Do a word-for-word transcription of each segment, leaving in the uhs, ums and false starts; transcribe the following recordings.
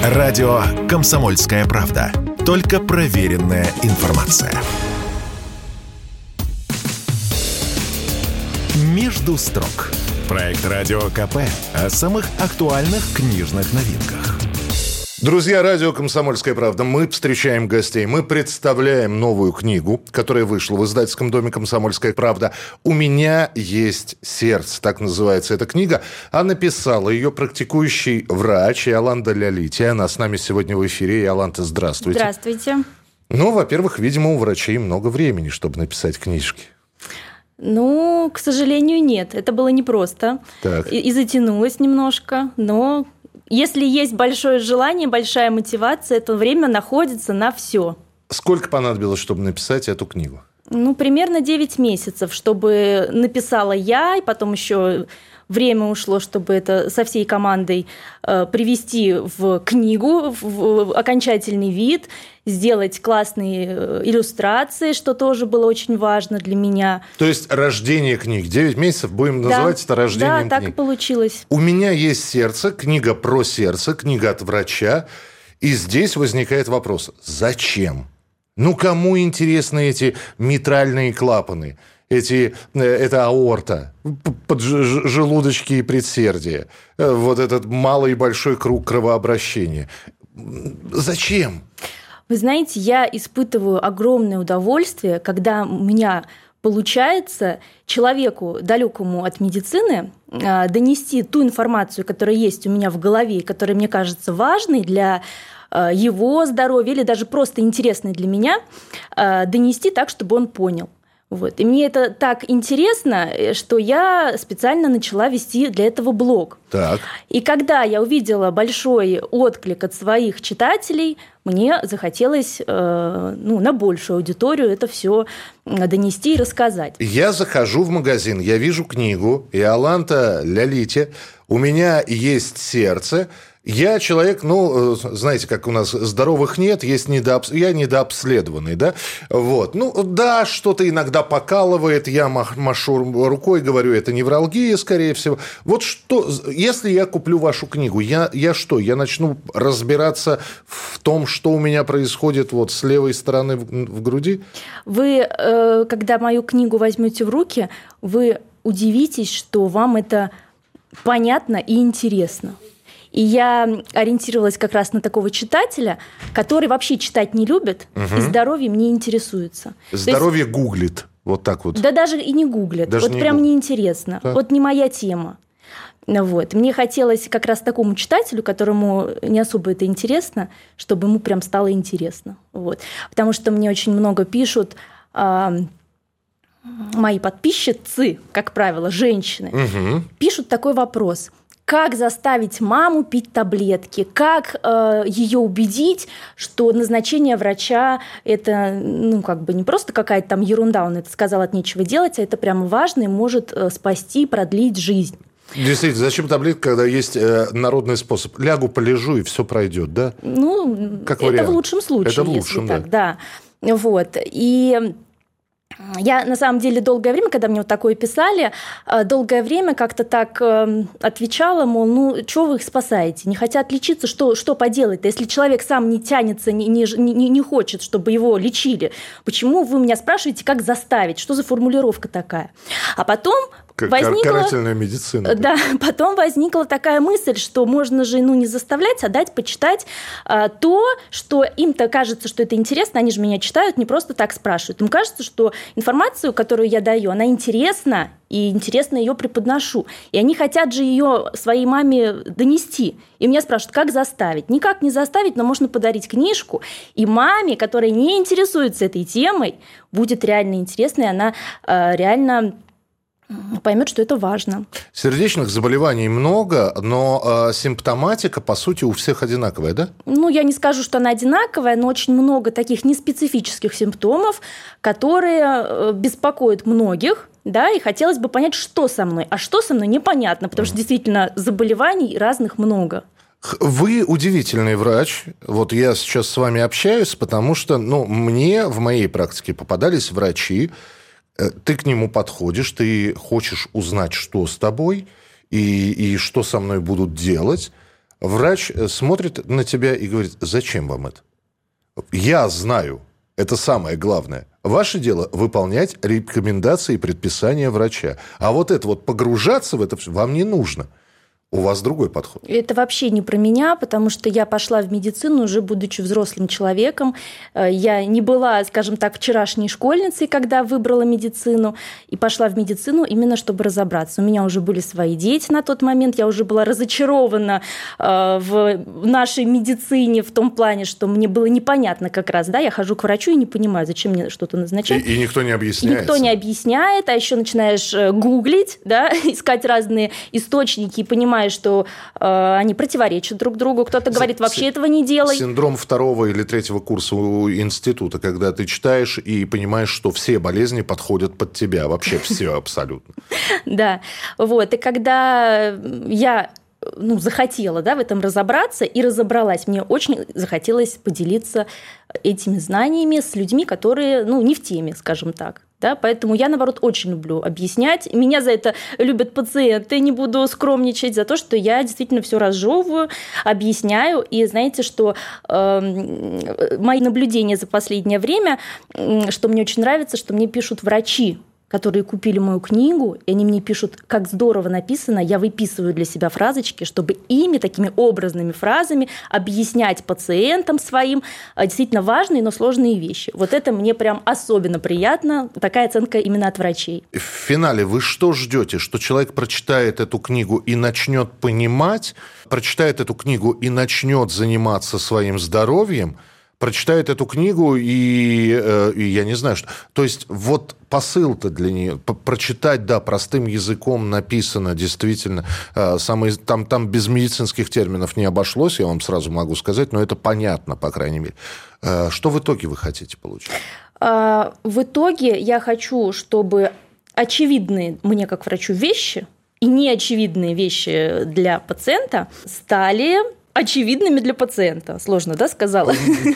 Радио «Комсомольская правда». Только проверенная информация. «Между строк». Проект «Радио КП» о самых актуальных книжных новинках. Друзья, радио «Комсомольская правда», мы встречаем гостей, мы представляем новую книгу, которая вышла в издательском доме «Комсомольская правда». «У меня есть сердце», так называется эта книга. А написала ее практикующий врач Иоланда Лялити. Она с нами сегодня в эфире. Иоланда, здравствуйте. Здравствуйте. Ну, во-первых, видимо, у врачей много времени, чтобы написать книжки. Ну, к сожалению, нет. Это было непросто. Так. И, и затянулось немножко, но... Если есть большое желание, большая мотивация, то время находится на все. Сколько понадобилось, чтобы написать эту книгу? Ну, примерно девять месяцев, чтобы написала я, и потом еще время ушло, чтобы это со всей командой э, привести в книгу, в, в окончательный вид, сделать классные иллюстрации, что тоже было очень важно для меня. То есть рождение книг. девять месяцев, будем да, называть это рождением книг. Да, так и получилось. «У меня есть сердце», книга про сердце, книга от врача. И здесь возникает вопрос, зачем? Ну, кому интересны эти митральные клапаны? Эти, это аорта, поджелудочки и предсердия, вот этот малый и большой круг кровообращения. Зачем? Вы знаете, я испытываю огромное удовольствие, когда у меня получается человеку, далекому от медицины, донести ту информацию, которая есть у меня в голове, которая мне кажется важной для его здоровья или даже просто интересной для меня, донести так, чтобы он понял. Вот. И мне это так интересно, что я специально начала вести для этого блог. Так. И когда я увидела большой отклик от своих читателей, мне захотелось э, ну, на большую аудиторию это все донести и рассказать. Я захожу в магазин, я вижу книгу Иоланда Лялити «У меня есть сердце». Я человек, ну, знаете, как у нас здоровых нет, есть недообс... я недообследованный, да, вот, ну, да, что-то иногда покалывает, я машу рукой, говорю, это невралгия, скорее всего. Вот что, если я куплю вашу книгу, я, я что, я начну разбираться в том, что у меня происходит вот с левой стороны в, в груди? Вы, когда мою книгу возьмете в руки, вы удивитесь, что вам это понятно и интересно. И я ориентировалась как раз на такого читателя, который вообще читать не любит угу. и здоровьем не интересуется. Здоровье есть... гуглит, вот так вот. Да даже и не гуглит, даже вот не прям гугл... неинтересно. Так. Вот не моя тема. Вот. Мне хотелось как раз такому читателю, которому не особо это интересно, чтобы ему прям стало интересно. Вот. Потому что мне очень много пишут... А... мои подписчицы, как правило, женщины, угу. пишут такой вопрос – как заставить маму пить таблетки? Как э, ее убедить, что назначение врача – это ну, как бы не просто какая-то там ерунда, он это сказал от нечего делать, а это прямо важно и может э, спасти, продлить жизнь. Действительно, зачем таблетки, когда есть э, народный способ? Лягу, полежу, и все пройдет, да? Ну, как это вариант. В лучшем случае, это в лучшем, если да. так, да. Вот. И... Я, на самом деле, долгое время, когда мне вот такое писали, долгое время как-то так отвечала, мол, ну, чего вы их спасаете? Не хотят лечиться, что, что поделать-то? Если человек сам не тянется, не, не, не, не хочет, чтобы его лечили, почему вы меня спрашиваете, как заставить? Что за формулировка такая? А потом... Возникла, карательная медицина. Да, потом возникла такая мысль, что можно же ну, не заставлять, а дать почитать а, то, что им-то кажется, что это интересно, они же меня читают, не просто так спрашивают. Им кажется, что информацию, которую я даю, она интересна, и интересно ее преподношу. И они хотят же ее своей маме донести. И меня спрашивают, как заставить? Никак не заставить, но можно подарить книжку, и маме, которая не интересуется этой темой, будет реально интересно, и она а, реально... поймет, что это важно. Сердечных заболеваний много, но э, симптоматика, по сути, у всех одинаковая, да? Ну, я не скажу, что она одинаковая, но очень много таких неспецифических симптомов, которые беспокоят многих, да, и хотелось бы понять, что со мной. А что со мной, непонятно, потому что действительно заболеваний разных много. Вы удивительный врач. Вот я сейчас с вами общаюсь, потому что ну, мне в моей практике попадались врачи. Ты к нему подходишь, ты хочешь узнать, что с тобой и, и что со мной будут делать. Врач смотрит на тебя и говорит, зачем вам это? Я знаю, это самое главное. Ваше дело выполнять рекомендации и предписания врача. А вот это вот погружаться в это вам не нужно. У вас другой подход. Это вообще не про меня, потому что я пошла в медицину, уже будучи взрослым человеком. Я не была, скажем так, вчерашней школьницей, когда выбрала медицину, и пошла в медицину именно чтобы разобраться. У меня уже были свои дети на тот момент, я уже была разочарована в нашей медицине в том плане, что мне было непонятно как раз, да, я хожу к врачу и не понимаю, зачем мне что-то назначать. И, и никто не объясняет. Никто не объясняет, а еще начинаешь гуглить, да, искать разные источники и понимаешь, что э, они противоречат друг другу. Кто-то говорит, вообще С- этого не делай. Синдром второго или третьего курса у института, когда ты читаешь и понимаешь, что все болезни подходят под тебя. Вообще все абсолютно. Да. Вот. И когда я ну, захотела, да, в этом разобраться и разобралась, мне очень захотелось поделиться этими знаниями с людьми, которые ну, не в теме, скажем так. Да, поэтому я, наоборот, очень люблю объяснять. Меня за это любят пациенты, не буду скромничать, за то, что я действительно все разжевываю, объясняю. И знаете, что э, мои наблюдения за последнее время, э, что мне очень нравится, что мне пишут врачи, которые купили мою книгу, и они мне пишут, как здорово написано, я выписываю для себя фразочки, чтобы ими, такими образными фразами, объяснять пациентам своим действительно важные, но сложные вещи. Вот это мне прям особенно приятно, такая оценка именно от врачей. В финале вы что ждете? Что человек прочитает эту книгу и начнет понимать, прочитает эту книгу и начнет заниматься своим здоровьем, прочитает эту книгу и, э, и я не знаю, что... То есть вот посыл-то для нее... Прочитать, да, простым языком написано, действительно. Э, самый, там, там без медицинских терминов не обошлось, я вам сразу могу сказать, но это понятно, по крайней мере. Э, что в итоге вы хотите получить? А, в итоге я хочу, чтобы очевидные мне, как врачу, вещи и неочевидные вещи для пациента стали... очевидными для пациента. Сложно, да, сказала?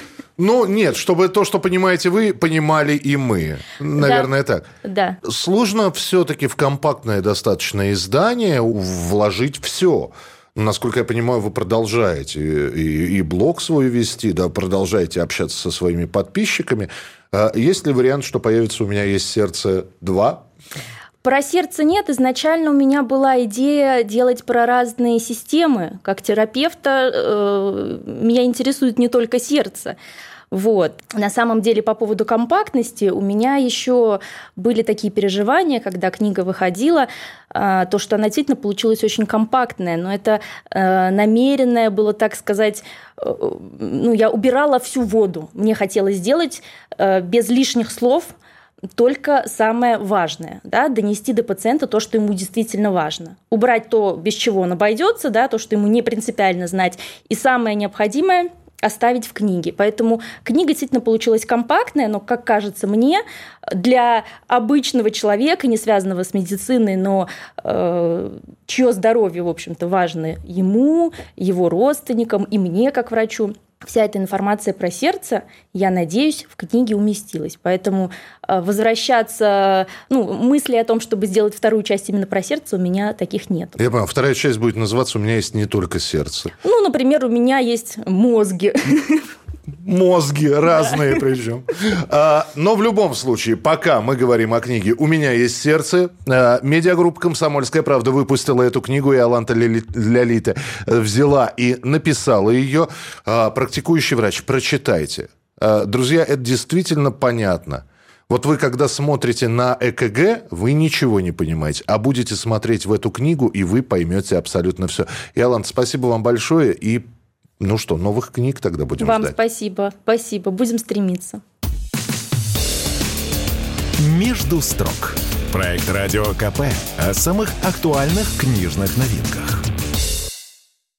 Ну, нет, чтобы то, что понимаете вы, понимали и мы. Наверное, да, так. Да. Сложно все-таки в компактное достаточно издание вложить все. Насколько я понимаю, вы продолжаете и, и блог свой вести, да, продолжаете общаться со своими подписчиками. Есть ли вариант, что появится «У меня есть сердце два»? Про сердце нет. Изначально у меня была идея делать про разные системы. Как терапевта э, меня интересует не только сердце. Вот. На самом деле, по поводу компактности, у меня еще были такие переживания, когда книга выходила, э, то, что она действительно получилась очень компактная, но это э, намеренное было, так сказать, э, ну, я убирала всю воду. Мне хотелось сделать э, без лишних слов, только самое важное, да, донести до пациента то, что ему действительно важно. Убрать то, без чего он обойдется, да, то, что ему не принципиально знать, и самое необходимое оставить в книге. Поэтому книга действительно получилась компактная, но, как кажется мне, для обычного человека, не связанного с медициной, но э, чье здоровье, в общем-то, важно ему, его родственникам и мне, как врачу, вся эта информация про сердце, я надеюсь, в книге уместилась. Поэтому возвращаться, ну, мысли о том, чтобы сделать вторую часть именно про сердце, у меня таких нет. Я понял. Вторая часть будет называться «У меня есть не только сердце». Ну, например, у меня есть мозги. Мозги разные причем. А, но в любом случае, пока мы говорим о книге «У меня есть сердце», а, медиагруппа «Комсомольская правда» выпустила эту книгу, и Иоланта Лялита взяла и написала ее. А, практикующий врач, прочитайте. А, друзья, это действительно понятно. Вот вы, когда смотрите на ЭКГ, вы ничего не понимаете, а будете смотреть в эту книгу, и вы поймете абсолютно все. Иоланта, спасибо вам большое, и ну что, новых книг тогда будем Вам ждать. Вам спасибо, спасибо. Будем стремиться. «Между строк» – проект Радио КП о самых актуальных книжных новинках.